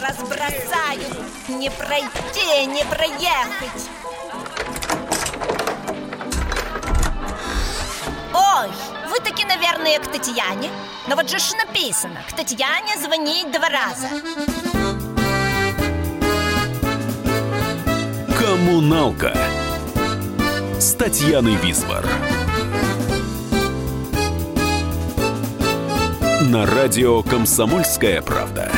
вас бросаю. Не пройти, не проехать. Ой, вы таки, наверное, к Татьяне. Но вот же ж написано: к Татьяне звонить 2 раза. Коммуналка с Татьяной Висбор. На радио «Комсомольская правда».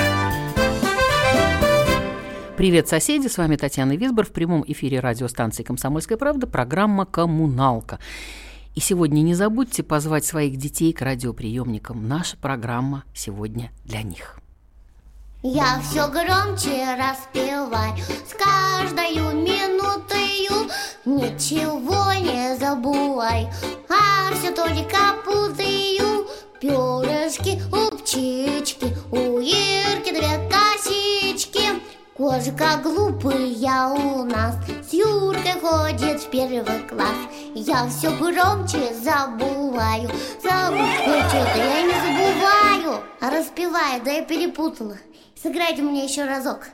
Привет, соседи! С вами Татьяна Висбор. В прямом эфире радиостанции «Комсомольская правда» программа «Коммуналка». И сегодня не забудьте позвать своих детей к радиоприемникам. Наша программа сегодня для них. Я все громче распеваю с каждой минутою, ничего не забывай, а все только путаю. Перышки у птички, у Ирки 2 косички. Кошка глупая у нас с Юркой ходит в 1 класс. Я все громче забываю. Что-то я не забываю, а распеваю, да я перепутала. Сыграйте мне еще разок.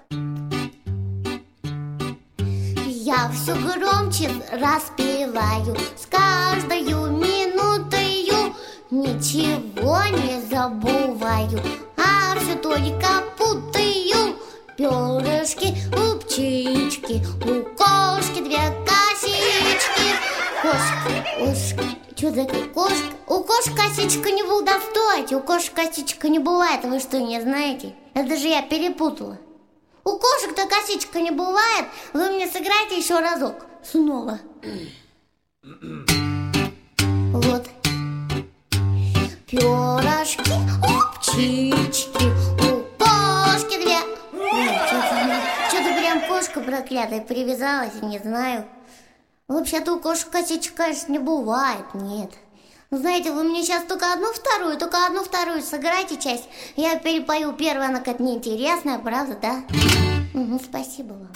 Я все громче распеваю с каждой минутою, ничего не забываю, а все только путаю. Перышки у птички, у кошки 2 косички. Кошка, что такое кошка? У кошки косичка не буду достать. У кошек косичка не бывает, вы что, не знаете? Это же я перепутала. У кошек-то косичка не бывает. Вы мне сыграйте еще разок. Снова. Вот. Перышки у птички, у кошки 2. Что-то прям кошка проклятая привязалась, не знаю. Вообще-то у кошек косичек, конечно, не бывает, нет. Ну, знаете, вы мне сейчас только одну вторую сыграйте часть. Я перепою первую, она как-то неинтересная, правда, да? Спасибо вам.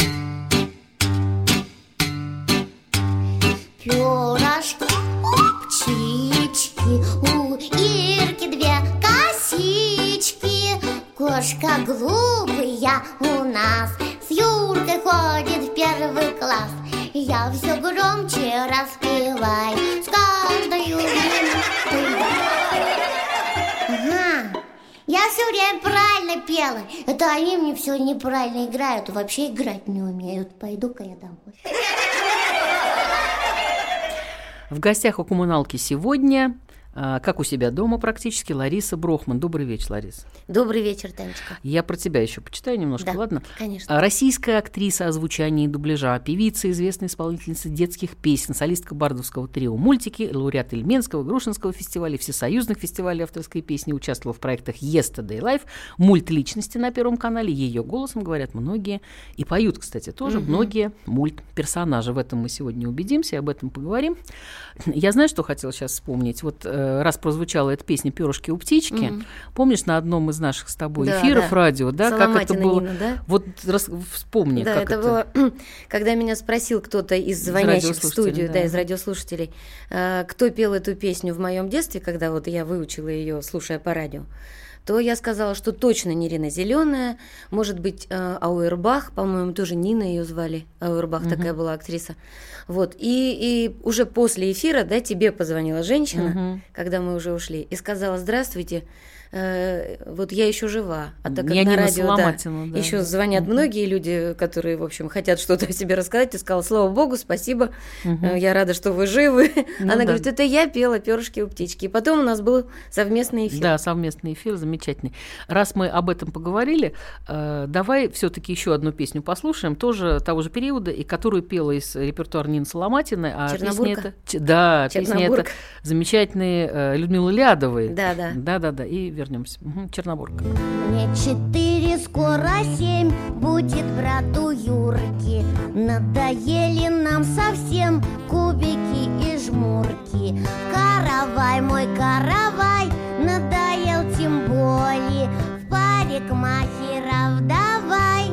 Перышки у птички, у Ирки 2 косички. Кошка глупая у нас с Юркой ходит в 1 класс. Я все громче распеваю с каждой минутой. Ага, я все время правильно пела. Это они мне все неправильно играют, вообще играть не умеют. Пойду-ка я домой. В гостях у коммуналки сегодня, как у себя дома практически, Лариса Брохман. Добрый вечер, Лариса. Добрый вечер, Танечка. Я про тебя еще почитаю немножко, да, ладно? Конечно. Российская актриса озвучания и дубляжа, певица, известная исполнительница детских песен, солистка бардовского трио «Мультики», лауреат Ильменского, Грушинского фестиваля, всесоюзных фестивалей авторской песни, участвовала в проектах «Yesterday Life», мульт-личности на Первом канале. Ее голосом говорят многие, и поют, кстати, тоже многие мульт-персонажи. В этом мы сегодня убедимся, об этом поговорим. Я знаю, что хотела сейчас вспомнить. Вот раз прозвучала эта песня «Перышки у птички», помнишь, на одном из наших с тобой эфиров радио, да, как это было? Нина, да? Вот вспомни, да, как это было, когда меня спросил кто-то из звонящих в студию, да, из радиослушателей, кто пел эту песню в моем детстве, когда вот я выучила ее, слушая по радио, то я сказала, что точно не Рина Зеленая, может быть, Ауэрбах, по-моему, тоже Нина ее звали, Ауэрбах такая была актриса. Вот, и уже после эфира, да, тебе позвонила женщина, когда мы уже ушли, и сказала: здравствуйте, вот я еще жива. А так как на радио, да, еще звонят многие люди, которые, в общем, хотят что-то о себе рассказать, ты сказала: слава богу, спасибо, я рада, что вы живы. Она говорит: это я пела «Перышки у птички». И потом у нас был совместный эфир. Да, совместный эфир, замечательный. Раз мы об этом поговорили, давай все-таки еще одну песню послушаем, тоже того же периода, и которую пела из репертуара Нины Соломатиной. А Чернобурка. Песня это замечательные Людмилы Лядовой. Да. И вернемся. Чернобурка. Мне 4, скоро 7 будет брату Юрки. Надоели нам совсем кубики и жмурки. Каравай, мой каравай, надоел тем более. В парикмахеров давай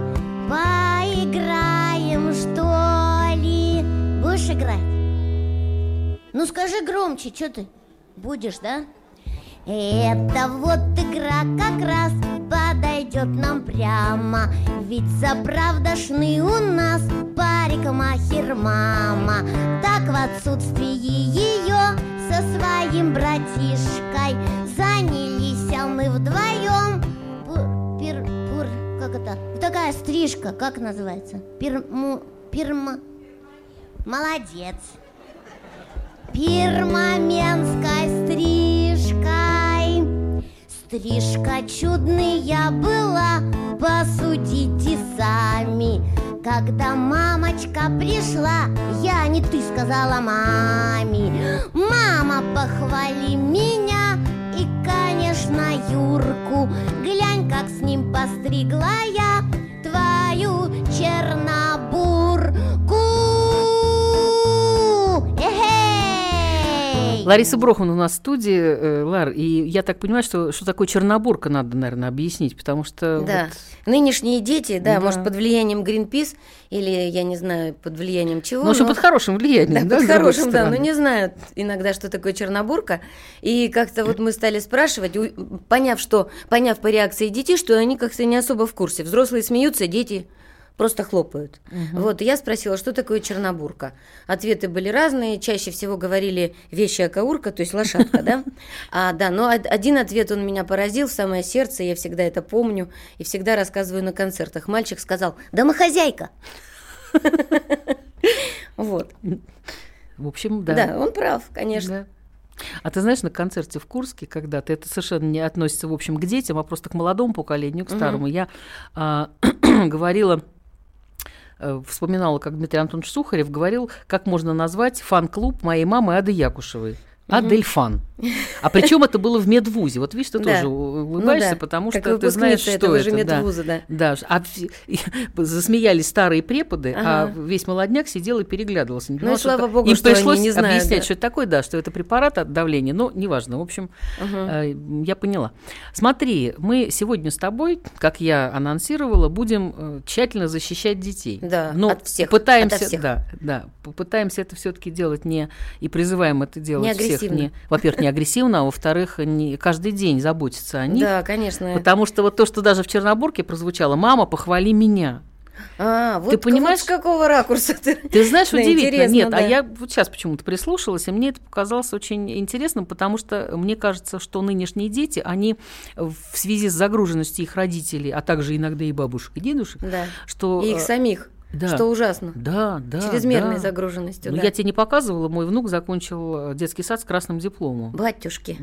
поиграем, что ли? Будешь играть? Ну скажи громче, что ты? Будешь, да? Это вот игра как раз подойдет нам прямо. Ведь заправдошны у нас парикмахер-мама. Так в отсутствии ее со своим братишкой занялись мы вдвоем. Как это? Такая стрижка, как называется? Молодец. Пермаменской стрижкой. Стрижка чудная была, посудите сами. Когда мамочка пришла, я не ты сказала маме. Мама, похвали меня и, конечно, Юрку. Глянь, как с ним постригла я твою чернобурку. Лариса Брохман у нас в студии, Лар, и я так понимаю, что такое чернобурка, надо, наверное, объяснить, потому что... Да, вот... нынешние дети, да, может, под влиянием Greenpeace или, я не знаю, под влиянием чего. Ну, под хорошим влиянием, да? Под хорошим, да, но не знают иногда, что такое чернобурка. И как-то вот мы стали спрашивать, поняв по реакции детей, что они как-то не особо в курсе. Взрослые смеются, дети... просто хлопают. Вот, и я спросила, что такое чернобурка. Ответы были разные, чаще всего говорили вещая каурка, то есть лошадка, да? Да, но один ответ он меня поразил в самое сердце, я всегда это помню и всегда рассказываю на концертах. Мальчик сказал: «Домохозяйка». Вот. В общем, да. Да, он прав, конечно. А ты знаешь, на концерте в Курске когда-то, это совершенно не относится, в общем, к детям, а просто к молодому поколению, к старому, я говорила... вспоминала, как Дмитрий Антонович Сухарев говорил, как можно назвать фан-клуб моей мамы Ады Якушевой. Адельфан. А причем это было в медвузе. Вот видишь, ты тоже улыбаешься, потому что ты знаешь, что это. Медвуза, да. Засмеялись старые преподы, а весь молодняк сидел и переглядывался. Ну и слава богу, им что пришлось они не знают, объяснять, что это такое, да, что это препарат от давления, но неважно. В общем, я поняла. Смотри, мы сегодня с тобой, как я анонсировала, будем тщательно защищать детей. Да, от всех. Попытаемся, попытаемся это все-таки делать и призываем это делать всех. Во-первых, не агрессивно, а во-вторых, не каждый день заботиться о них. Да, конечно. Потому что вот то, что даже в Чернобурке прозвучало: «Мама, похвали меня». Вот ты понимаешь, с какого ракурса ты? Ты знаешь, удивительно. Нет, да. А я вот сейчас почему-то прислушалась, и мне это показалось очень интересным, потому что мне кажется, что нынешние дети, они в связи с загруженностью их родителей, а также иногда и бабушек, и дедушек, что... И их самих. Да. Что ужасно. Да. Чрезмерной загруженностью. Я тебе не показывала, мой внук закончил детский сад с красным дипломом. Батюшки.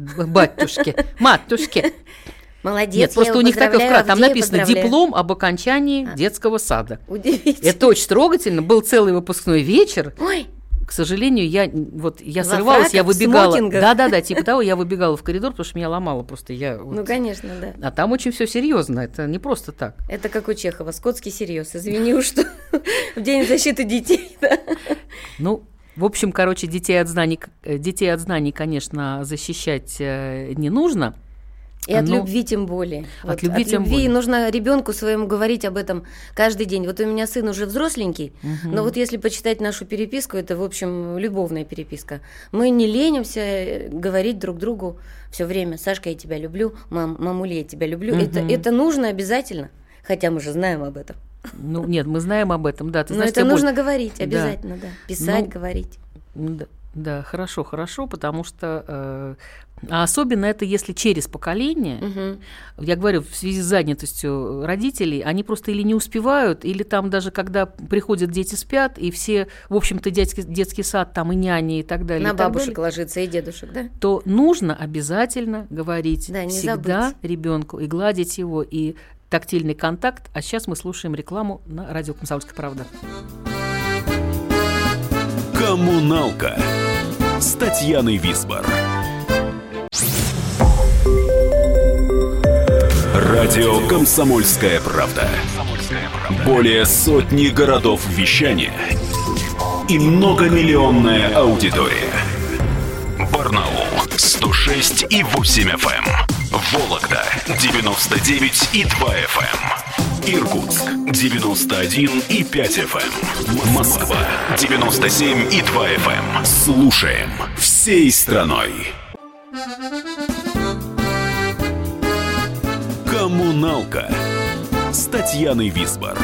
Матушки. Молодец. Нет, просто у них такое там написано: диплом об окончании детского сада. Удивительно. Это очень трогательно. Был целый выпускной вечер. Ой. К сожалению, я срывалась, я выбегала. Да, типа того, я выбегала в коридор, потому что меня ломало просто. Ну, конечно, да. А там очень все серьезно, это не просто так. Это как у Чехова, скотский серьез. Извини уж, что в День защиты детей. Ну, в общем, короче, детей от знаний, конечно, защищать не нужно. И от любви тем более. От любви тем более. Нужно ребенку своему говорить об этом каждый день. Вот у меня сын уже взросленький, но вот если почитать нашу переписку, это, в общем, любовная переписка. Мы не ленимся говорить друг другу все время: «Сашка, я тебя люблю», «Мамуля, я тебя люблю». Это нужно обязательно, хотя мы же знаем об этом. Ну, нет, мы знаем об этом, да. Ты но знаешь, это нужно говорить обязательно, да. Писать, говорить. Да, хорошо, потому что... А особенно это если через поколение, я говорю, в связи с занятостью родителей, они просто или не успевают, или там даже когда приходят дети спят, и все, в общем-то, детский сад, там и няни, и так далее. На бабушек ложится и дедушек, да? То нужно обязательно говорить всегда забыть ребенку и гладить его, и тактильный контакт. А сейчас мы слушаем рекламу на радио «Комсомольская правда». Коммуналка с Татьяной Висбор. Радио «Комсомольская правда». Более сотни городов вещания и многомиллионная аудитория. Барнаул 106,8 FM. Вологда 99,2 FM. Иркутск 91,5 FM. Москва 97,2 FM. Слушаем всей страной. Коммуналка с Татьяной Висбор.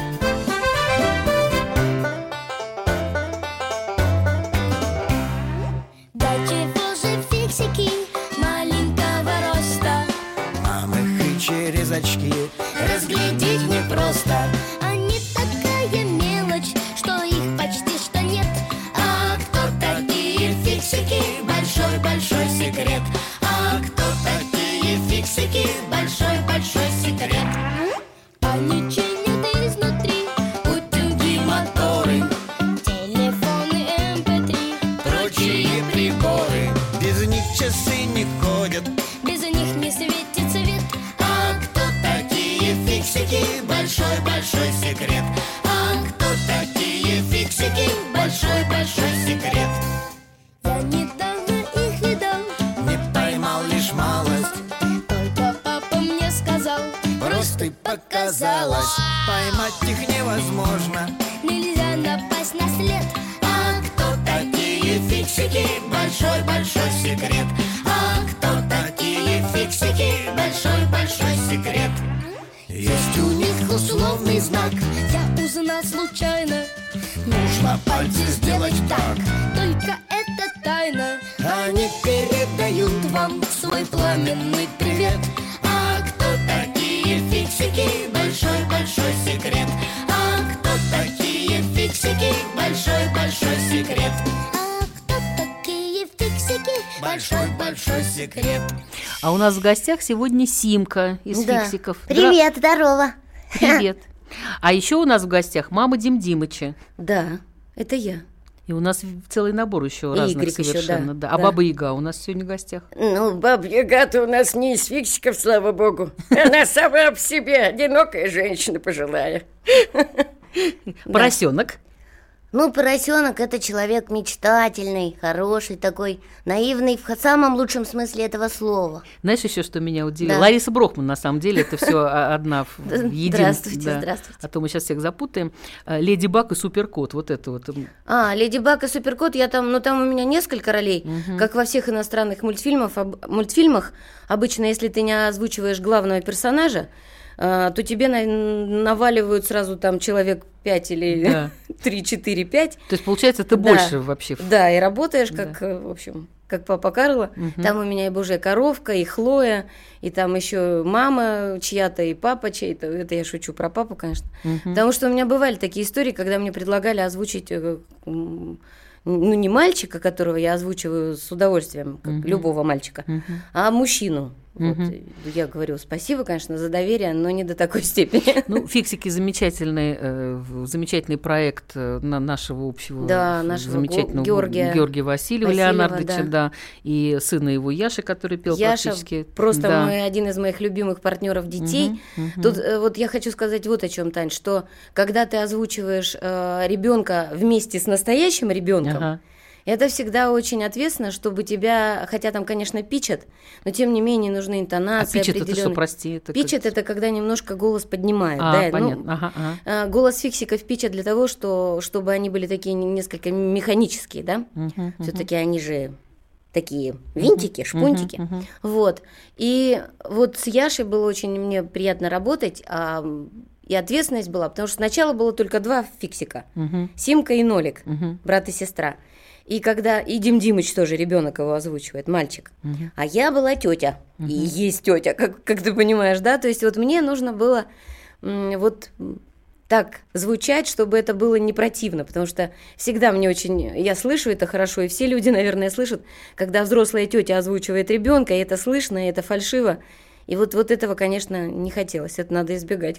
Да чего же фиксики маленького роста? Мам их и через очки разглядеть непросто. Они такая мелочь, что их почти что нет. А кто такие фиксики? Большой-большой секрет. А кто такие фиксики? Большой-большой секрет. Они чинят изнутри утюги, моторы, телефоны, MP3, прочие приборы. Без них часы не ходят. без них не светит свет. А кто такие фиксики? Большой-большой секрет. А кто такие фиксики? Большой-большой секрет. Я недавно их видал, Не поймал лишь малость, только папа мне сказал, просто показалось. Поймать их невозможно. нельзя напасть на след. А кто такие фиксики? Большой-большой секрет. А кто такие фиксики? Большой-большой секрет. Есть у них условный знак. Я узнал случайно, Нужно пальцы сделать так. только это тайна. Они передают Вам свой пламенный привет. А кто такие фиксики? Большой-большой секрет. А кто такие фиксики? Большой-большой секрет. А кто такие фиксики? большой-большой секрет. А у нас в гостях сегодня Симка из фиксиков. Привет, здорово. Привет. А еще у нас в гостях мама Дим Димыча. Да, это я. И у нас целый набор еще И разных Игорь еще, совершенно. да, А да. Баба Яга у нас сегодня в гостях. Ну, Баба Яга-то у нас не из фиксиков, слава богу. Она сама по себе одинокая женщина пожилая. Поросенок. Ну, поросенок — это человек мечтательный, хороший такой, наивный в самом лучшем смысле этого слова. Знаешь, еще что меня удивило? Да. Лариса Брохман, на самом деле, это все одна единая. Здравствуйте, здравствуйте. А то мы сейчас всех запутаем. Леди Баг и Суперкот, вот это вот. Леди Баг и Суперкот, там у меня несколько ролей, как во всех иностранных мультфильмах. Обычно, если ты не озвучиваешь главного персонажа, то тебе наваливают сразу там человек 5 или 3, 4, 5. То есть, получается, ты больше вообще. Да, и работаешь как, в общем, как папа Карло. Там у меня и Божья коровка, и Хлоя, и там еще мама чья-то, и папа чей-то. Это я шучу про папу, конечно. Потому что у меня бывали такие истории, когда мне предлагали озвучить... не мальчика, которого я озвучиваю с удовольствием, как любого мальчика, а мужчину. Вот. Я говорю спасибо, конечно, за доверие, но не до такой степени. Ну, «Фиксики» замечательный проект нашего общего, нашего замечательного Георгия Васильева Леонардовича, да, и сына его Яши, который пел Яша практически. Просто один из моих любимых партнеров детей. Тут вот я хочу сказать вот о чем, Тань, что когда ты озвучиваешь ребенка вместе с настоящим ребенком, это всегда очень ответственно, чтобы тебя, хотя там, конечно, питчат, но тем не менее нужны интонации определенные. А питчат это что, прости? Питчат это когда немножко голос поднимают. Понятно. Голос фиксиков питчат для того, чтобы они были такие несколько механические, да? Все-таки они же такие винтики, шпунтики. Вот. И вот с Яшей было очень мне приятно работать, и ответственность была, потому что сначала было только 2 фиксика. Симка и Нолик, брат и сестра. И когда и Дим Димыч тоже ребенок его озвучивает, мальчик. А я была тетя. И есть тетя, как ты понимаешь, да? То есть вот мне нужно было вот так звучать, чтобы это было не противно, потому что всегда я слышу это хорошо, и все люди, наверное, слышат, когда взрослая тетя озвучивает ребенка, и это слышно, и это фальшиво. И вот этого, конечно, не хотелось, это надо избегать.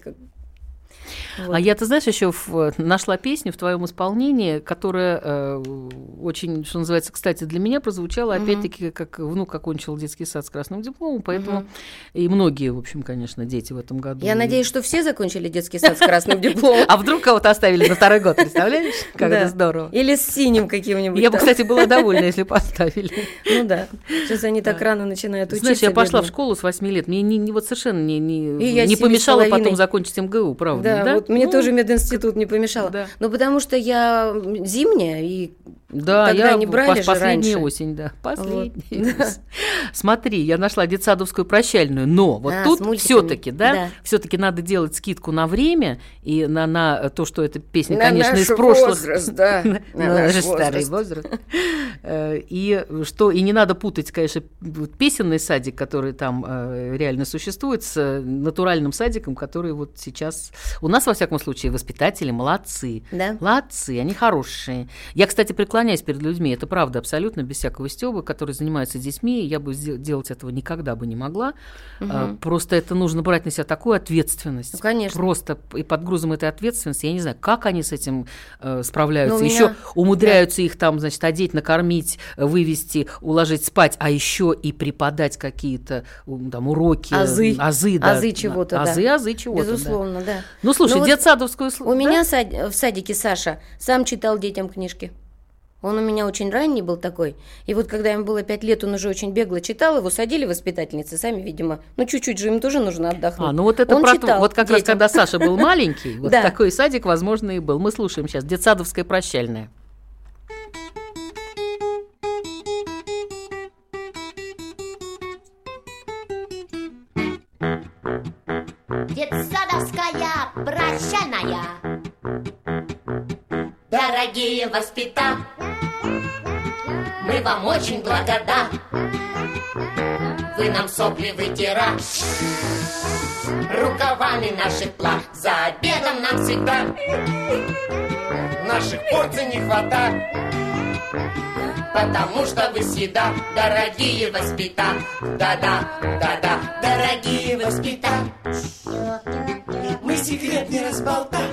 Вот. А я, ты знаешь, еще нашла песню в твоем исполнении, которая очень, что называется, кстати, для меня прозвучала, опять-таки, как внук окончил детский сад с красным дипломом, поэтому и многие, в общем, конечно, дети в этом году. Я надеюсь, что все закончили детский сад с красным дипломом. А вдруг кого-то оставили на 2-й год, представляешь? Как это здорово. Или с синим каким-нибудь. Я бы, кстати, была довольна, если поставили. Ну да, сейчас они так рано начинают учиться. Знаешь, я пошла в школу с 8 лет, мне вот совершенно не помешало потом закончить МГУ, правда? Да, вот мне тоже мединститут не помешал. Да. Но потому что я зимняя, и Да, тогда я не брали же последняя раньше. осень, да. Последняя осень. Смотри, я нашла детсадовскую прощальную, но вот тут все-таки, да, все-таки надо делать скидку на время и на то, что эта песня, конечно, из прошлого. Возраст, да. На наш старый возраст. И не надо путать, конечно, песенный садик, который там реально существует, с натуральным садиком, который вот сейчас... У нас, во всяком случае, воспитатели молодцы. Да. Молодцы, они хорошие. Я, кстати, преклоняюсь перед людьми, это правда, абсолютно, без всякого стёба, которые занимаются детьми, я бы делать этого никогда бы не могла. Просто это нужно брать на себя такую ответственность. Ну, конечно. Просто и под грузом этой ответственности, я не знаю, как они с этим справляются. Еще умудряются их там, значит, одеть, накормить, вывести, уложить спать, а еще и преподать какие-то там уроки. Азы чего-то, азы чего-то. Безусловно, да. Ну, слушай, детсадовскую... У меня в садике Саша сам читал детям книжки. Он у меня очень ранний был такой. И вот когда ему было 5 лет, он уже очень бегло читал, его садили воспитательницы, сами, видимо, чуть-чуть же им тоже нужно отдохнуть. Ну вот это он читал вот как детям. Раз когда Саша был маленький, вот такой садик, возможно, и был. Мы слушаем сейчас детсадовская прощальная. Детсадовская прощальная. Дорогие воспитатели, мы вам очень благодарны. Вы нам сопли вытирать рукавами наших плат. За обедом нам всегда наших порций не хватает, потому что вы всегда, дорогие воспитатели. Да-да, дорогие воспитатели, мы секрет не разболтаем,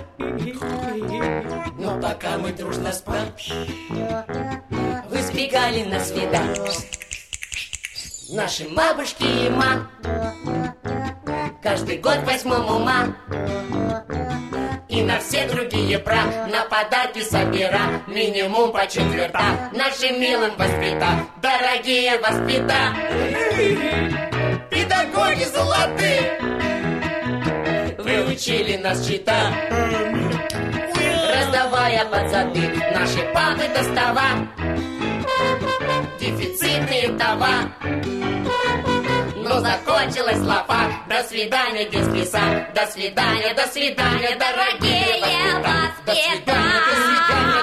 но пока мы дружно спали, вы сбегали на свидание. Наши бабушки и мам каждый год 8 марта и на все другие прав на подарки собира минимум по четвертам. Нашим милым воспитателям, дорогие воспитатели, педагоги золотые, вы учили нас читать, раздавая под зады наши папы доставать дефицитные товары. Но закончилась лафа. До свидания, детский сад. До свидания, дорогие воспитатели. До свидания,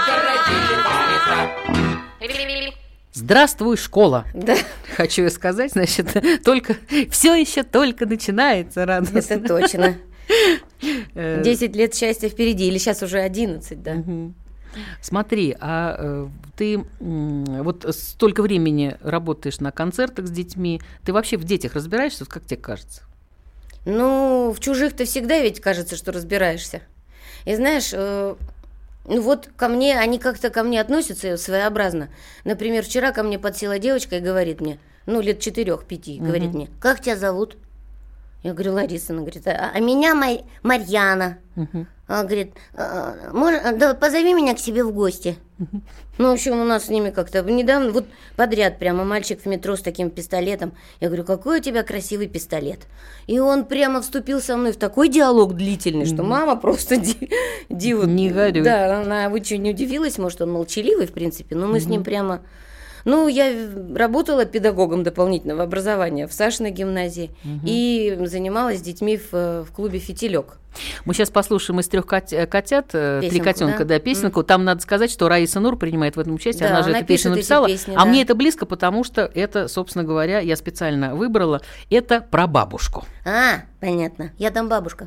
дорогие воспитатели. Здравствуй, школа. Да. Хочу сказать, значит, все еще только начинается радостно. Это точно. 10 лет счастья впереди, или сейчас уже 11, да. Смотри, а ты вот столько времени работаешь на концертах с детьми, ты вообще в детях разбираешься, как тебе кажется? В чужих-то всегда ведь кажется, что разбираешься. И знаешь, вот ко мне, они как-то ко мне относятся своеобразно. Например, вчера ко мне подсела девочка и говорит мне, лет 4-5, говорит мне, как тебя зовут? Я говорю, Лариса. Она говорит, а меня Марьяна. Она говорит, да, позови меня к себе в гости. В общем, у нас с ними как-то недавно, вот подряд прямо мальчик в метро с таким пистолетом. Я говорю, какой у тебя красивый пистолет. И он прямо вступил со мной в такой диалог длительный, что мама просто диву. Не горюй. Да, она очень удивилась, может, он молчаливый, в принципе, но мы с ним прямо... я работала педагогом дополнительного образования в Сашиной гимназии и занималась с детьми в клубе «Фитилек». Мы сейчас послушаем из 3 котят, песенку, 3 котенка, да, песенку. Там надо сказать, что Раиса Нур принимает в этом участие, да, она же эту песню написала. Песни, а мне это близко, потому что это, собственно говоря, я специально выбрала, это про бабушку. Понятно, я там бабушка.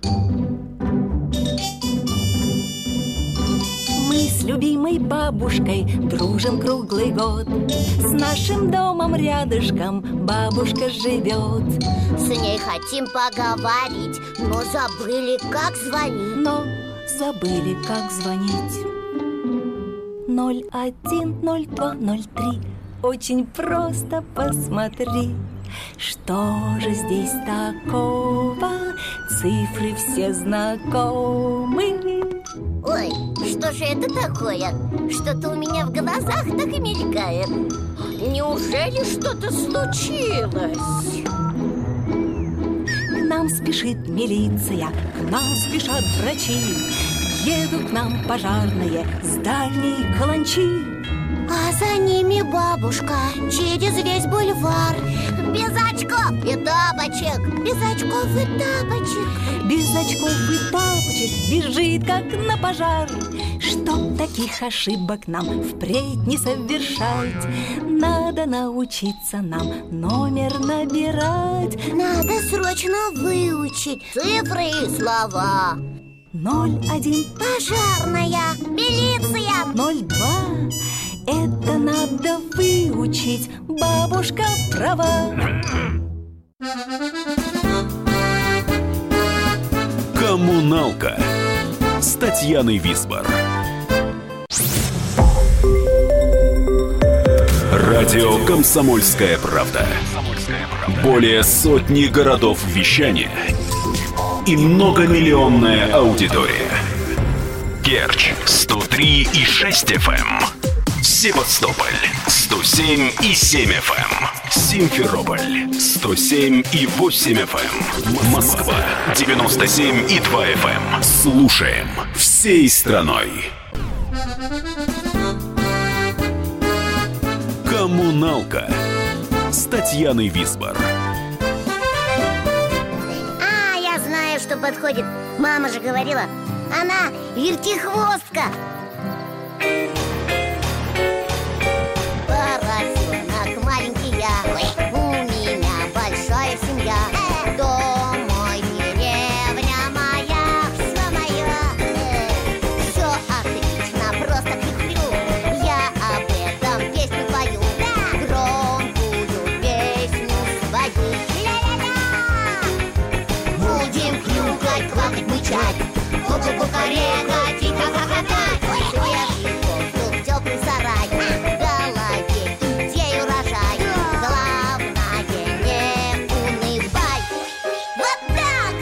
Мы с любимой бабушкой дружим круглый год. С нашим домом рядышком бабушка живет. С ней хотим поговорить, но забыли, как звонить. 010203. Очень просто, посмотри. Что же здесь такого? Цифры все знакомы. Ой, что же это такое? Что-то у меня в глазах так и мелькает. Неужели что-то случилось? К нам спешит милиция, к нам спешат врачи. Едут к нам пожарные с дальней каланчи. А а за ними бабушка через весь бульвар. Без очков и тапочек, без очков и тапочек. Без очков и тапочек бежит, как на пожар. Чтоб таких ошибок нам впредь не совершать, надо научиться нам номер набирать. Надо срочно выучить цифры и слова. 01 пожарная, милиция. 02 это надо выучить, бабушка права. Коммуналка с Татьяной Висбор. Радио «Комсомольская правда». Более сотни городов вещания и многомиллионная аудитория. Керчь 103,6 FM. Севастополь 107,7 FM. Симферополь 107,8 FM. Москва 97,2 FM. Слушаем всей страной. Коммуналка с Татьяной Висбор. Я знаю, что подходит. Мама же говорила, она вертихвостка. Поросенок маленький я, у меня большая семья. Дом мой, деревня моя, все мое. Все отлично, просто крю-крю. Я об этом песню пою, громкую песню свою. Будем хрюкать, квакать, мычать, ку-ку-ку-карекать и ха-ха-ха-ха. В теплый сарай, в голове идей урожай. Главное, не унывай. Вот так!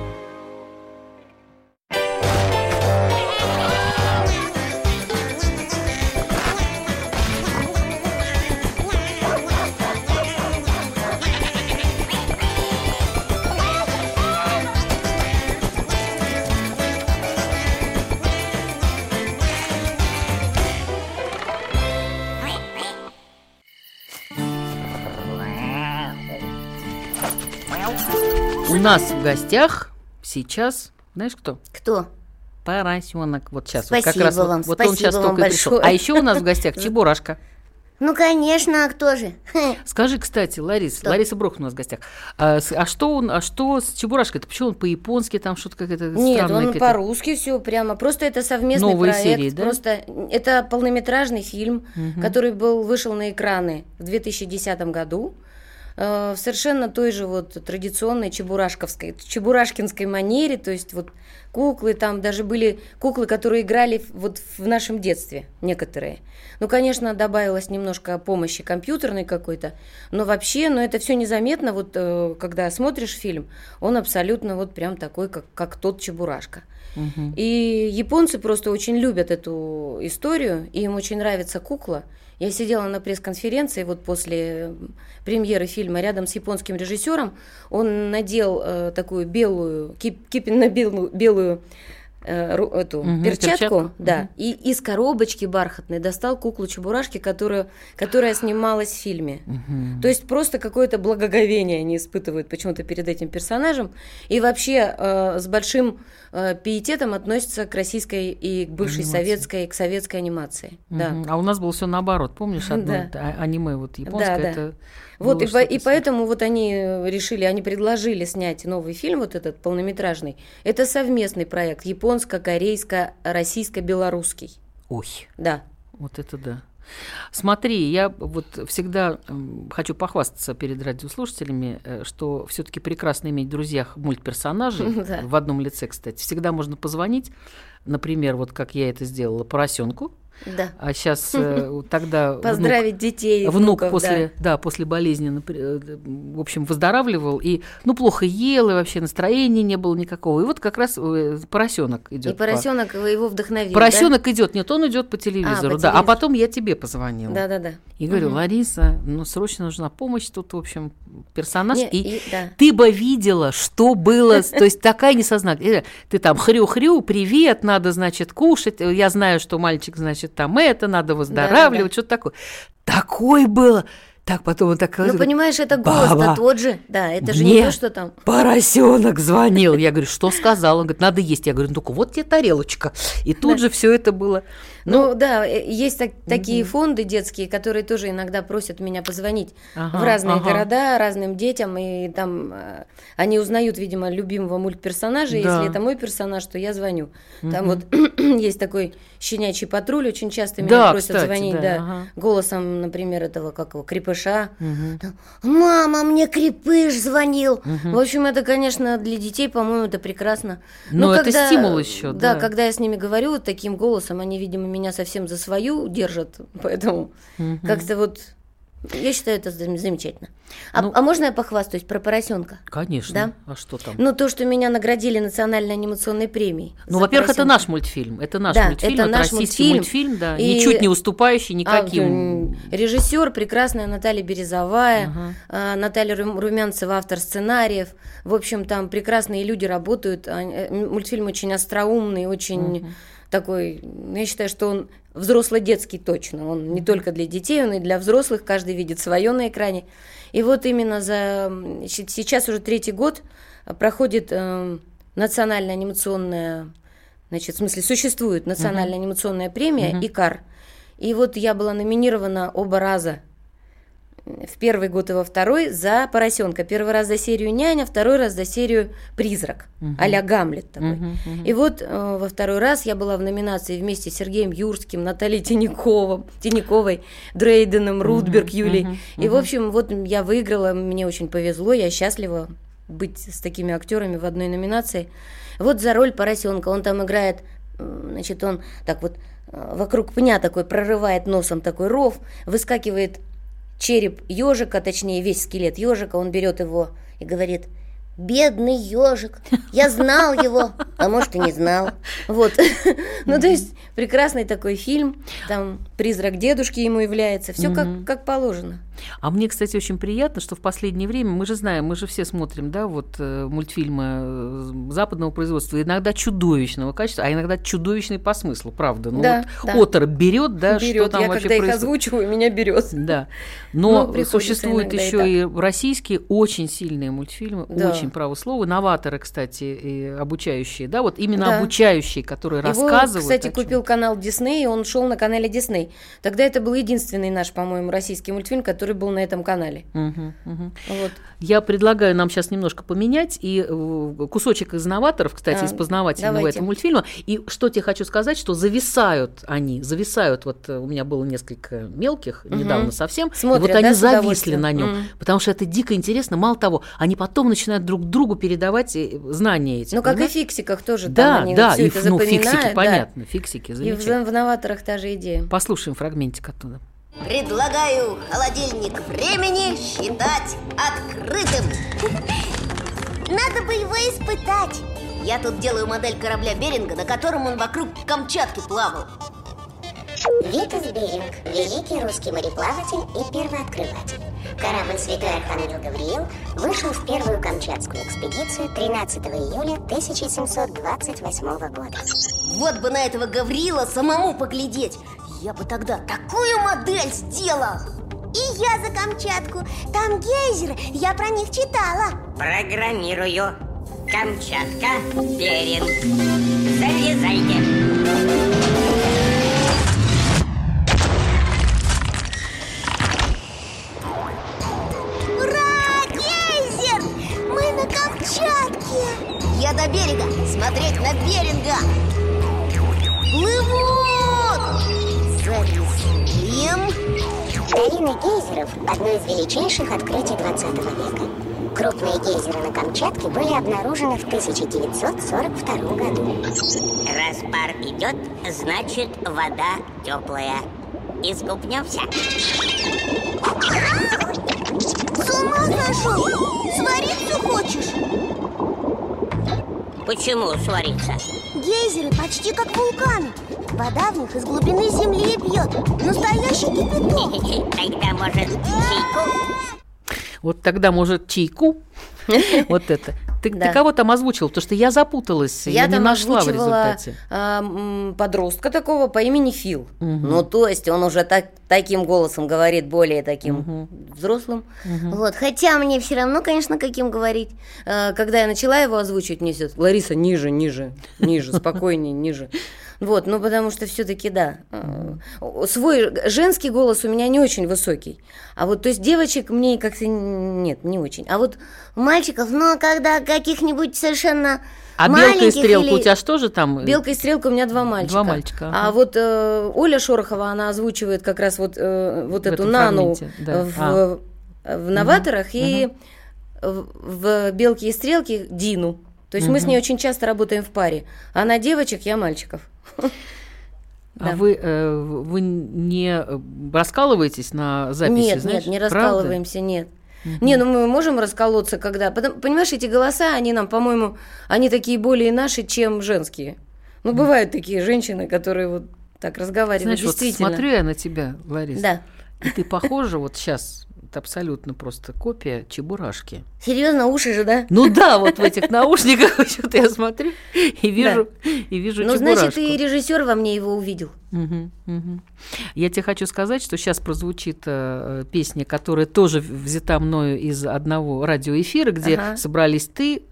У нас в гостях сейчас, знаешь кто? Кто? Поросенок. Вот сейчас. Спасибо вот как раз вам, вот он сейчас только и пришел. большое. А еще у нас в гостях Чебурашка. Ну, конечно, а кто же? Скажи, кстати, Лариса Брох у нас в гостях. А что с Чебурашкой-то? Почему он по-японски там что-то какая-то странная? Нет, он по-русски все прямо. Просто это совместный новые проект. Серии, да? Просто это полнометражный фильм, который вышел на экраны в 2010 году. В совершенно той же вот традиционной чебурашкинской манере, то есть вот куклы, там даже были куклы, которые играли вот в нашем детстве, некоторые. Ну, конечно, добавилось немножко помощи компьютерной какой-то, но вообще, это все незаметно, вот когда смотришь фильм, он абсолютно вот прям такой, как тот Чебурашка. И японцы просто очень любят эту историю, и им очень нравится кукла. Я сидела на пресс-конференции вот после премьеры фильма рядом с японским режиссером. Он надел такую белую, кипенно-белую эту перчатку, да, и из коробочки бархатной достал куклу Чебурашки, которая снималась в фильме. То есть просто какое-то благоговение они испытывают почему-то перед этим персонажем. И вообще с большим пиететом относятся к российской и к бывшей советской анимации. Да. А у нас было все наоборот. Помнишь, одно аниме вот японское? Да. Это вот и поэтому вот они предложили снять новый фильм, вот этот полнометражный. Это совместный проект японско-корейско-российско-белорусский. Ой. Да. Вот это да. Смотри, я вот всегда хочу похвастаться перед радиослушателями, что все-таки прекрасно иметь в друзьях мультперсонажей, в одном лице, кстати. Всегда можно позвонить, например, вот как я это сделала, поросенку. Да. А сейчас тогда поздравить детей, внук после болезни, в общем, выздоравливал и плохо ел, и вообще настроения не было никакого. И вот как раз поросенок идет. И поросенок его вдохновил. Поросенок идет, нет, он идет по телевизору, да. А потом я тебе позвонила. Да. И говорю, Лариса, срочно нужна помощь, тут, в общем, персонаж. Ты бы видела, что было, то есть такая несознательная. Ты там хрю-хрю, привет, надо, значит, кушать, я знаю, что мальчик, значит, там это, надо выздоравливать, что-то такое. Такое было. Так, потом он так... понимаешь, это голос-то тот же. Да, это же не то, что там... поросенок звонил. Я говорю, что сказал? Он говорит, надо есть. Я говорю, только вот тебе тарелочка. И тут же все это было... есть такие фонды детские, которые тоже иногда просят меня позвонить в разные города, разным детям, и там они узнают, видимо, любимого мультперсонажа, и если это мой персонаж, то я звоню. Там вот есть такой щенячий патруль, очень часто меня просят звонить голосом, например, этого крепыша. Мама, мне крепыш звонил. В общем, это, конечно, для детей, по-моему, это прекрасно. Это стимул еще. Да, когда я с ними говорю таким голосом, они, видимо, меня совсем за свою держат, поэтому как-то вот я считаю это замечательно. А можно я похвастаюсь про поросенка? Конечно. Да? А что там? То, что меня наградили национальной анимационной премией. Во-первых, это наш мультфильм. Это наш мультфильм, это российский мультфильм, да, и ничуть не уступающий никаким. Режиссер прекрасная Наталья Березовая, Наталья Румянцева, автор сценариев. В общем, там прекрасные люди работают. Мультфильм очень остроумный, очень... такой, я считаю, что он взросло-детский точно, он не только для детей, он и для взрослых, каждый видит свое на экране. И вот именно сейчас уже 3-й год проходит национальная анимационная, значит, в смысле, существует национальная анимационная премия «Икар». И вот я была номинирована оба раза, в первый год и во второй, за поросенка. Первый раз за серию «Няня», второй раз за серию «Призрак», а-ля Гамлет такой. И вот во второй раз я была в номинации вместе с Сергеем Юрским, Натальей Тиняковой, Дрейденом, Рудберг, Юлей. И, в общем, вот я выиграла, мне очень повезло, я счастлива быть с такими актерами в одной номинации. Вот за роль поросенка он там играет, значит, он так вот вокруг пня такой прорывает носом такой ров, выскакивает череп ежика, точнее весь скелет ежика, он берет его и говорит: бедный ежик, я знал его, а может и не знал. Вот. То есть прекрасный такой фильм, там призрак дедушки ему является, все как положено. А мне, кстати, очень приятно, что в последнее время, мы же знаем, мы же все смотрим, да, вот мультфильмы западного производства, иногда чудовищного качества, а иногда чудовищные по смыслу, правда. Оторопь берет, да, что там я вообще когда происходит. их озвучиваю, меня берет. Да. Но существуют еще и российские очень сильные мультфильмы, очень, право слово, новаторы, кстати, и обучающие, да, вот именно обучающие, которые рассказывают. Его, кстати, купил канал Дисней, и он шел на канале Дисней. Тогда это был единственный наш, по-моему, российский мультфильм, который был на этом канале. Вот. Я предлагаю нам сейчас немножко поменять и кусочек из новаторов, кстати, из познавательного этого мультфильма. И что тебе хочу сказать, что зависают, вот у меня было несколько мелких недавно совсем, смотрят, и вот они зависли на нем, потому что это дико интересно. Мало того, они потом начинают друг другу передавать знания эти. Ну, как и в фиксиках тоже. Да, там они да, все и это запоминают. Фиксики, понятно, фиксики, замечательно. И в новаторах та же идея. Послушаем фрагментик оттуда. Предлагаю холодильник времени считать открытым. Надо бы его испытать. Я тут делаю модель корабля Беринга, на котором он вокруг Камчатки плавал. Витас Беринг – великий русский мореплаватель и первооткрыватель. Корабль «Святой Архангел Гавриил» вышел в первую Камчатскую экспедицию 13 июля 1728 года. Вот бы на этого Гавриила самому поглядеть. Я бы тогда такую модель сделал. И я за Камчатку. Там гейзеры, я про них читала. Программирую. Камчатка, Беринг. Залезайте. Я до берега, смотреть на Беринга. Плывут! Зависим. Долина гейзеров – одно из величайших открытий 20 века. Крупные гейзеры на Камчатке были обнаружены в 1942 году. Раз пар идет, значит вода теплая. Искупнемся. С ума сошел? Свариться хочешь? Почему свариться? Гейзеры почти как вулканы. Вода в них из глубины земли бьет. Настоящий кипяток. Тогда, может, чайку? Вот тогда, может, чайку? Вот это. Ты кого там озвучил? Потому что я запуталась, я не нашла в результате. Подростка такого по имени Фил. Ну, то есть он уже таким голосом говорит, более таким взрослым. Вот, хотя мне все равно, конечно, каким говорить. Когда я начала его озвучивать, мне все: Лариса, ниже, спокойнее, ниже. Вот, ну потому что все-таки, да, свой женский голос у меня не очень высокий. А вот, то есть девочек мне как-то нет, не очень. А вот мальчиков, ну, когда каких-нибудь совершенно А белка и стрелка у тебя что же там? Белка и стрелка у меня 2 мальчика. 2 мальчика. А вот Оля Шорохова, она озвучивает как раз вот эту Нану в «Новаторах» и в «Белке и стрелке» Дину. То есть мы с ней очень часто работаем в паре. Она девочек, я мальчиков. А вы не раскалываетесь на записи? Нет, не раскалываемся, нет. Не, ну мы можем расколоться, когда... Понимаешь, эти голоса, они нам, по-моему, они такие более наши, чем женские. Ну, бывают такие женщины, которые вот так разговаривают. Знаешь, действительно. Вот смотрю я на тебя, Лариса. Да. И ты похожа вот сейчас... Это абсолютно просто копия Чебурашки. Серьезно, уши же, да? Ну да, вот в этих наушниках что-то я смотрю и вижу, Чебурашку. Ну, значит, и режиссер во мне его увидел. Я тебе хочу сказать, что сейчас прозвучит песня, которая тоже взята мною из одного радиоэфира, где собрались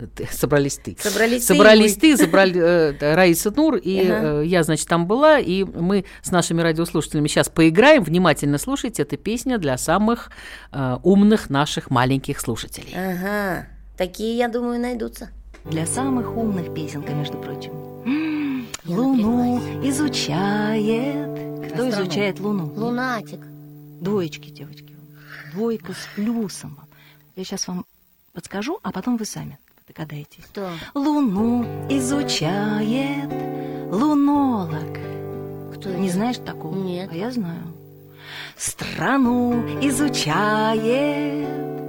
Раиса Нур, и я, значит, там была, и мы с нашими радиослушателями сейчас поиграем. Внимательно слушайте, эта песня для самых умных наших маленьких слушателей. Ага, такие, я думаю, найдутся. Для самых умных песенка, между прочим. Луну изучает. Кто изучает Луну? Лунатик. Двоечки, девочки. 2 с плюсом. Я сейчас вам подскажу, а потом вы сами догадаетесь. Кто? Луну изучает лунолог. Кто? Не знаешь такого? Нет. А я знаю. Страну изучает.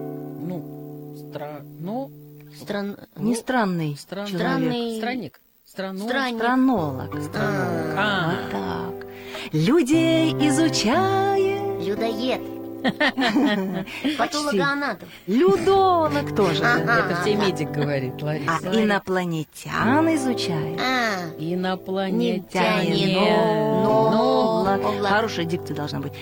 Не странный человек. Странник. Странолог. Вот так. Людей изучает. Людоед. Патологоанатом. Людолог тоже. Это все медик говорит, Лариса. А инопланетян изучает. Инопланетянинолог. Хорошая дикция должна быть.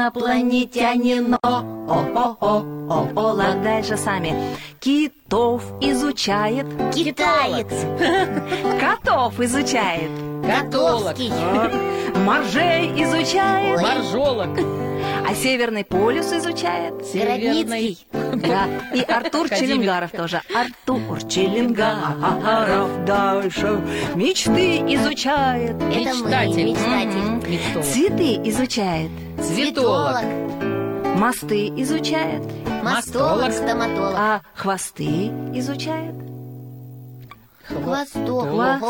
Инопланетянинолог. Дальше сами. Китов изучает. Китаец. Котов изучает. Котовский. Моржей изучает. Моржолог. А Северный полюс изучает. Городницкий. Да. И Артур Челенгаров тоже. Артур Челенгаров дальше мечты изучает. Это Мечтатель. Цветы изучает. Цветолог. Мосты изучает. Мастолог, стоматолог. А хвосты изучает. Хвостолог.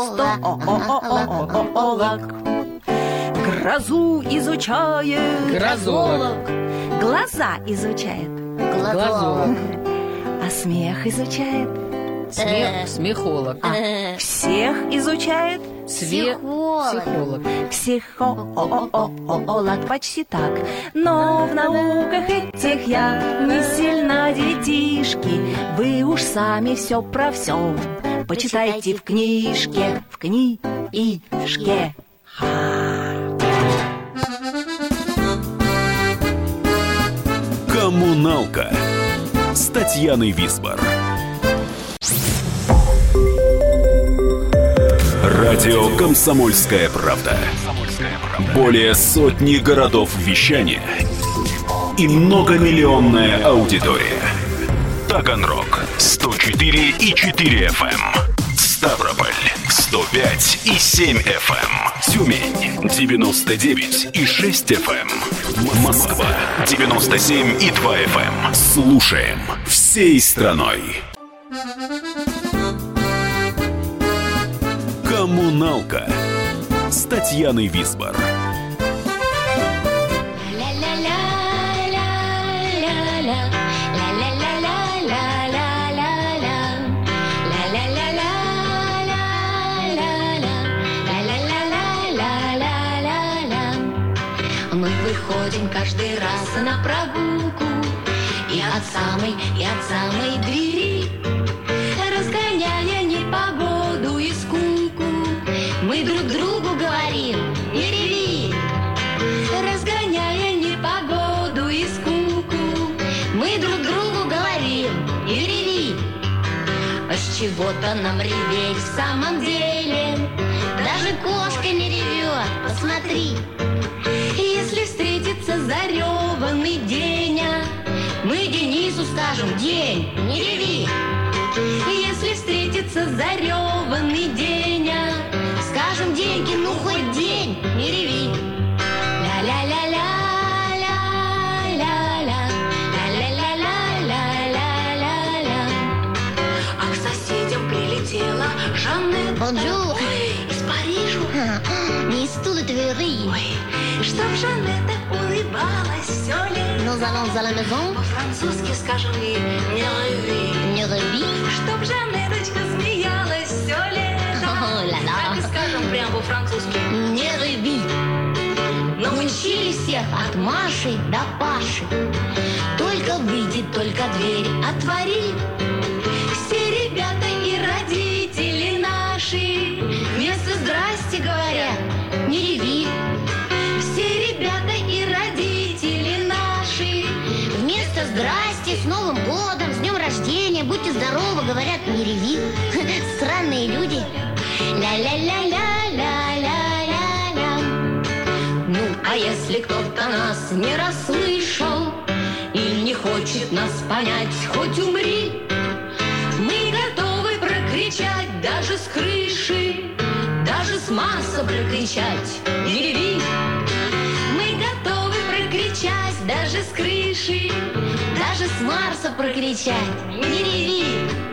Грозу изучает. Грозолог. Глаза изучает. Глазолог. А смех изучает. Смехолог. Всех изучает. Психолог. Психолог. Почти так. Но в науках этих я не сильна, детишки. Вы уж сами все про все почитайте в книжке. В книжке. Коммуналка с Татьяной Висбор. Радио «Комсомольская правда». Более сотни городов вещания и многомиллионная аудитория. Таганрог 104,4 FM. Ставрополь 105,7 FM. Тюмень 99,6 FM. Москва 97,2 FM. Слушаем всей страной. Коммуналка с Татьяной Висбор. выходим каждый раз на прогулку. И от самой двери, разгоняя непогоду и скуку, мы друг другу говорим: не реви. Разгоняя непогоду и скуку, мы друг другу говорим: не реви. А с чего-то нам реветь в самом деле, даже кошка не ревет, посмотри. Если встретится зареванный день, мы Денису скажем: день, не реви. Если встретится зареванный день, скажем Деньке: ну хоть день, не реви. Ля-ля-ля-ля. Жаннет, бонжур, из Парижа, не из Тулы-Твери. Чтоб Жаннета улыбалась все лето. Nous allons à la maison. По-французски скажем ей: не реви. Не реви. Чтоб Жаннеточка смеялась все лето. Так и скажем прямо по-французски: не реви. Научили всех от Маши до Паши. Только выйди, только дверь отвори. Все ребята и родители наши вместо «здрасте» говорят: не реви. Все ребята и родители наши вместо «здрасте», «с Новым годом», «с днем рождения», «будьте здоровы» говорят: не реви. Странные люди. Ля-ля-ля-ля-ля-ля-ля-ля. Ну, а если кто-то нас не расслышал и не хочет нас понять, хоть умри, мы готовы прокричать даже с крыши, даже с Марса прокричать: не реви. Мы готовы прокричать даже с крыши, даже с Марса прокричать: не реви.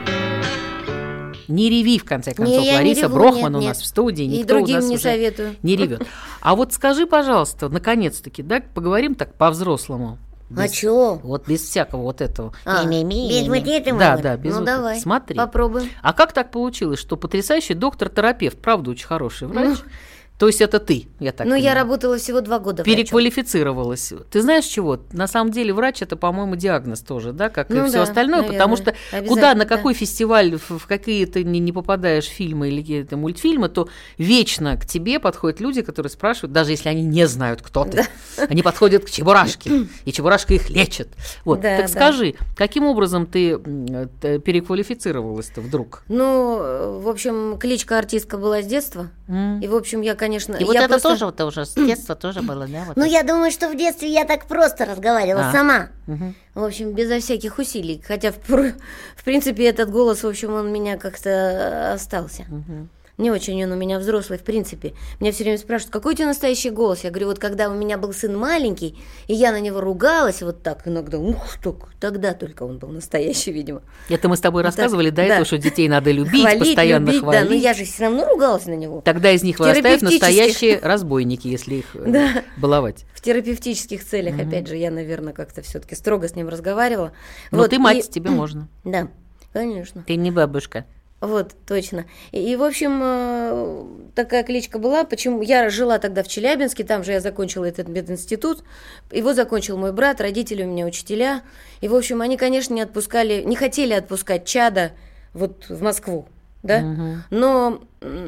Не реви, в конце концов, Не, Лариса реву, Брохман нет, у нас нет. в студии. И Никто другим у нас не уже советую. не ревет. А вот скажи, пожалуйста, наконец-таки, да, поговорим так по-взрослому. А чё? Вот без всякого вот этого. Без вот этого. Да, вот. да, без Ну, вот давай, этого. Смотри. попробуем. А как так получилось, что потрясающий доктор-терапевт, правда, очень хороший врач? То есть это ты, я так Ну, я понимаю. работала всего 2 года врачом. Переквалифицировалась. Ты знаешь чего? На самом деле врач – это, по-моему, диагноз тоже, да, как Ну и все да, остальное, наверное. потому что Обязательно, куда, на да. какой фестиваль, в какие ты не попадаешь фильмы или какие-то мультфильмы, то вечно к тебе подходят люди, которые спрашивают, даже если они не знают, кто ты, они подходят к Чебурашке, и Чебурашка их лечит. Вот, Да, так да. скажи, каким образом ты переквалифицировалась-то вдруг? Ну, в общем, кличка артистка была с детства. И, в общем, я, конечно... И вот я это просто... тоже вот уже с детства тоже было, да? Вот Ну, это. я думаю, что в детстве я так просто разговаривала сама. В общем, безо всяких усилий. Хотя, в принципе, этот голос, в общем, он у меня как-то остался. Не очень он у меня взрослый, в принципе. Меня все время спрашивают: какой у тебя настоящий голос? Я говорю: вот когда у меня был сын маленький, и я на него ругалась вот так иногда, тогда только он был настоящий, видимо. Это мы с тобой Вот рассказывали так, до да. этого, что детей надо любить, Хвалить, постоянно любить, хвалить. Да, но я же все равно ругалась на него. Тогда из них вырастают Терапевтических. настоящие разбойники, если их Да. баловать. В терапевтических целях, опять же, я, наверное, как-то все-таки строго с ним разговаривала. Но Вот, ты мать, тебе можно. Да, конечно. Ты не бабушка. Вот, точно. И, в общем, такая кличка была. Почему? Я жила тогда в Челябинске, там же я закончила этот мединститут. Его закончил мой брат, родители у меня учителя. И, в общем, они, конечно, не хотели отпускать чада вот в Москву, да? Но,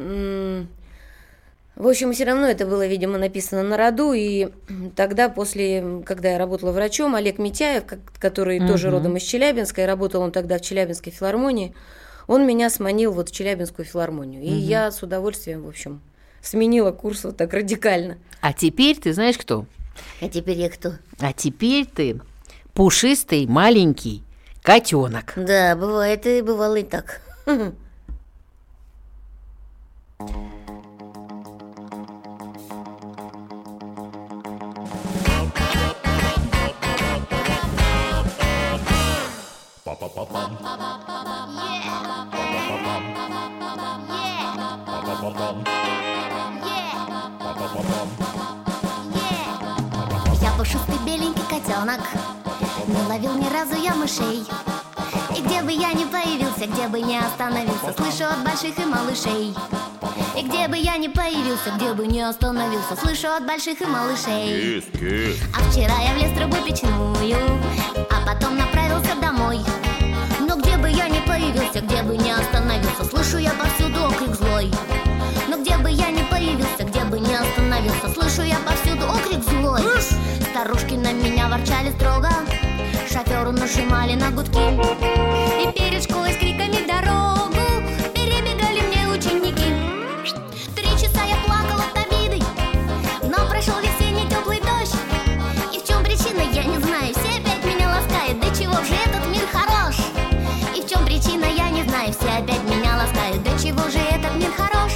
в общем, все равно это было, видимо, написано на роду. И тогда, когда я работала врачом, Олег Митяев, который тоже родом из Челябинска, и работал он тогда в Челябинской филармонии, он меня сманил вот в Челябинскую филармонию. И я с удовольствием, в общем, сменила курс вот так радикально. А теперь ты знаешь кто? А теперь я кто? А теперь ты пушистый маленький котенок. Да, бывает, и бывало и так. Я пушистый беленький котенок, не ловил ни разу я мышей. И где бы я ни появился, где бы ни остановился, слышу от больших и малышей: И где бы я ни появился, где бы ни остановился, слышу от больших и малышей. А вчера я влез в трубу печную, а потом направился домой. Но где бы я ни появился, где бы ни остановился, слышу я повсюду окрик злой. Но где бы я ни появился, где бы ни остановился, слышу я повсюду окрик злой. Старушки на меня ворчали строго, шоферу нажимали на гудки, и перед школой с криками «Дорогу!» перебегали мне ученики. 3 часа я плакала от обиды, но прошел весенний теплый дождь. И в чем причина, я не знаю, все опять меня ласкают. Да чего же этот мир хорош? И в чем причина, я не знаю, все опять меня ласкают. Да чего же этот мир хорош?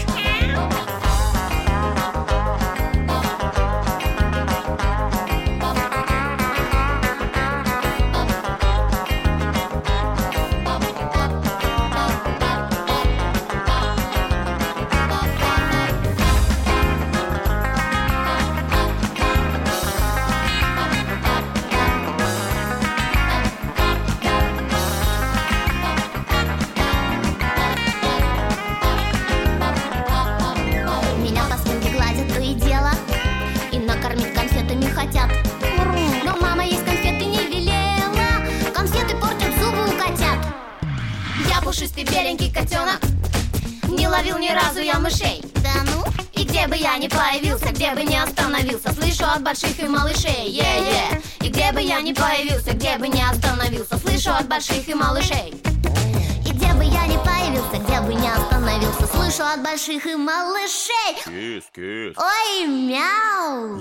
Пушистый беленький котенок, не ловил ни разу я мышей. Да ну? И где бы я ни появился, где бы ни остановился, слышу от больших и малышей. Е-е. И где бы я ни появился, где бы ни остановился, слышу от больших и малышей. И где бы я ни появился, где бы ни остановился, слышу от больших и малышей. Кис-кис. Ой, мяу.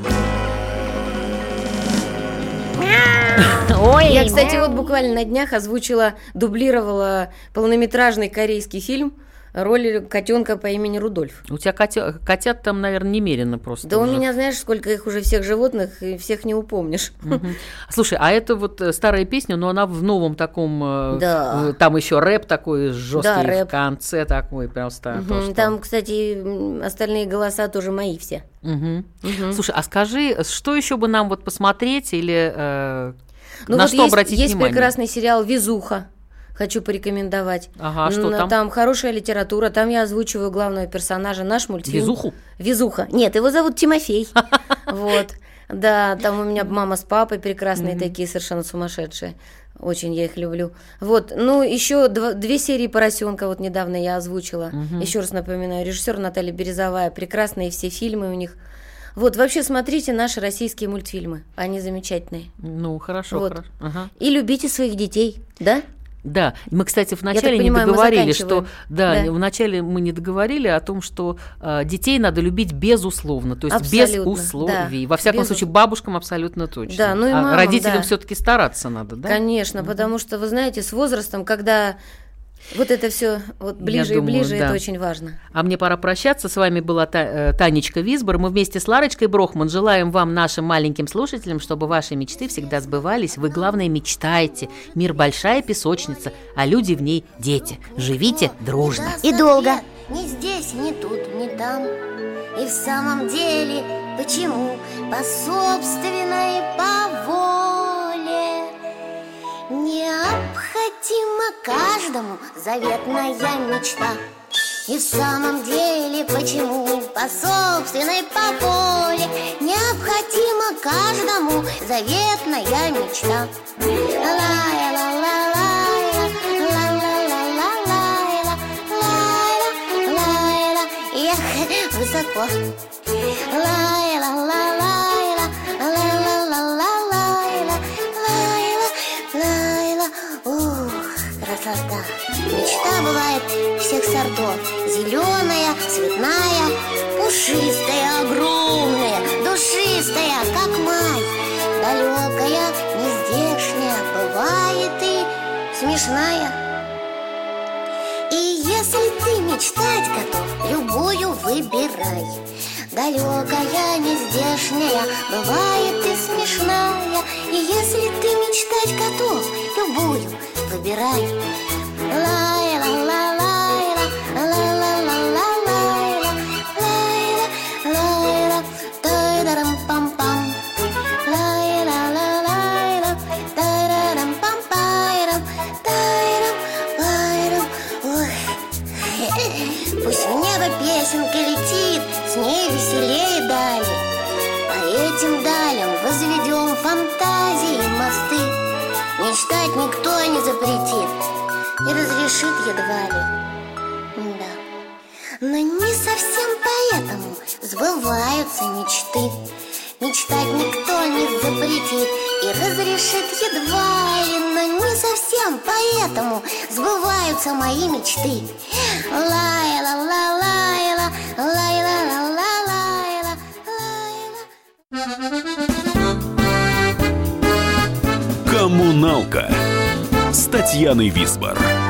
Ой, я, кстати, вот буквально на днях дублировала полнометражный корейский фильм, роль котенка по имени Рудольф. У тебя котят там, наверное, немерено просто. Да уже. У меня, знаешь, сколько их уже всех животных, и всех не упомнишь. Слушай, а это вот старая песня, но она в новом таком, да. Там еще рэп такой жесткий, да, рэп. В конце такой просто. Там, кстати, остальные голоса тоже мои все. Слушай, а скажи, что еще бы нам вот посмотреть или ну, на вот что обратить есть внимание? Есть прекрасный сериал «Везуха». Хочу порекомендовать. Ага, что там? Там хорошая литература, там я озвучиваю главного персонажа, наш мультфильм. Везуху? Везуха. Нет, его зовут Тимофей. Вот. Да, там у меня мама с папой прекрасные такие, совершенно сумасшедшие. Очень я их люблю. Вот, ну, еще 2 серии «Поросенка» вот недавно я озвучила. Еще раз напоминаю, режиссер Наталья Березовая, прекрасные все фильмы у них. Вот, вообще смотрите наши российские мультфильмы, они замечательные. Ну, хорошо, вот. Хорошо. Ага. И любите своих детей, да? Да, мы, кстати, вначале не договорили, что вначале мы не договорили о том, что детей надо любить безусловно, то есть абсолютно, без условий. Да. Во всяком случае, бабушкам абсолютно точно. Да, ну и мамам, родителям все-таки стараться надо, да? Конечно, потому что, вы знаете, с возрастом, когда вот это все вот ближе и ближе, да. Это очень важно. А мне пора прощаться. С вами была Танечка Висбор. Мы вместе с Ларочкой Брохман желаем вам, нашим маленьким слушателям, чтобы ваши мечты всегда сбывались. Вы, главное, мечтайте. Мир большая песочница, а люди в ней дети. Живите дружно. И долго. Ни здесь, ни тут, ни там. И в самом деле, почему? По собственной воле. Необходима каждому заветная мечта. И в самом деле почему? По собственной воле. Необходима каждому заветная мечта. Эх, высоко. Красота. Мечта бывает всех сортов. Зеленая, цветная, пушистая, огромная, душистая, как май. Далекая, нездешняя, бывает и смешная. И если ты мечтать готов, любую выбирай. Далекая, нездешняя, бывает и смешная. И если ты мечтать готов, любую выбирай. Лайла-ла-лайла, ла-ла-ла-ла-лайла, лайла-лайла, тай-дарам-пам-пам. Лайла-ла-лайла, тай-дарам-пам-пайрам, тайрам-пайрам. Ой, пусть в небо песенка мечтать никто не запретит и разрешит едва ли. Да. Но не совсем поэтому сбываются мечты. Мечтать никто не запретит и разрешит едва ли. Но не совсем поэтому сбываются мои мечты. Лайла-ла-лайла, лайла-ла-ла-лайла, лайла. «Коммуналка» с Татьяной Висбор.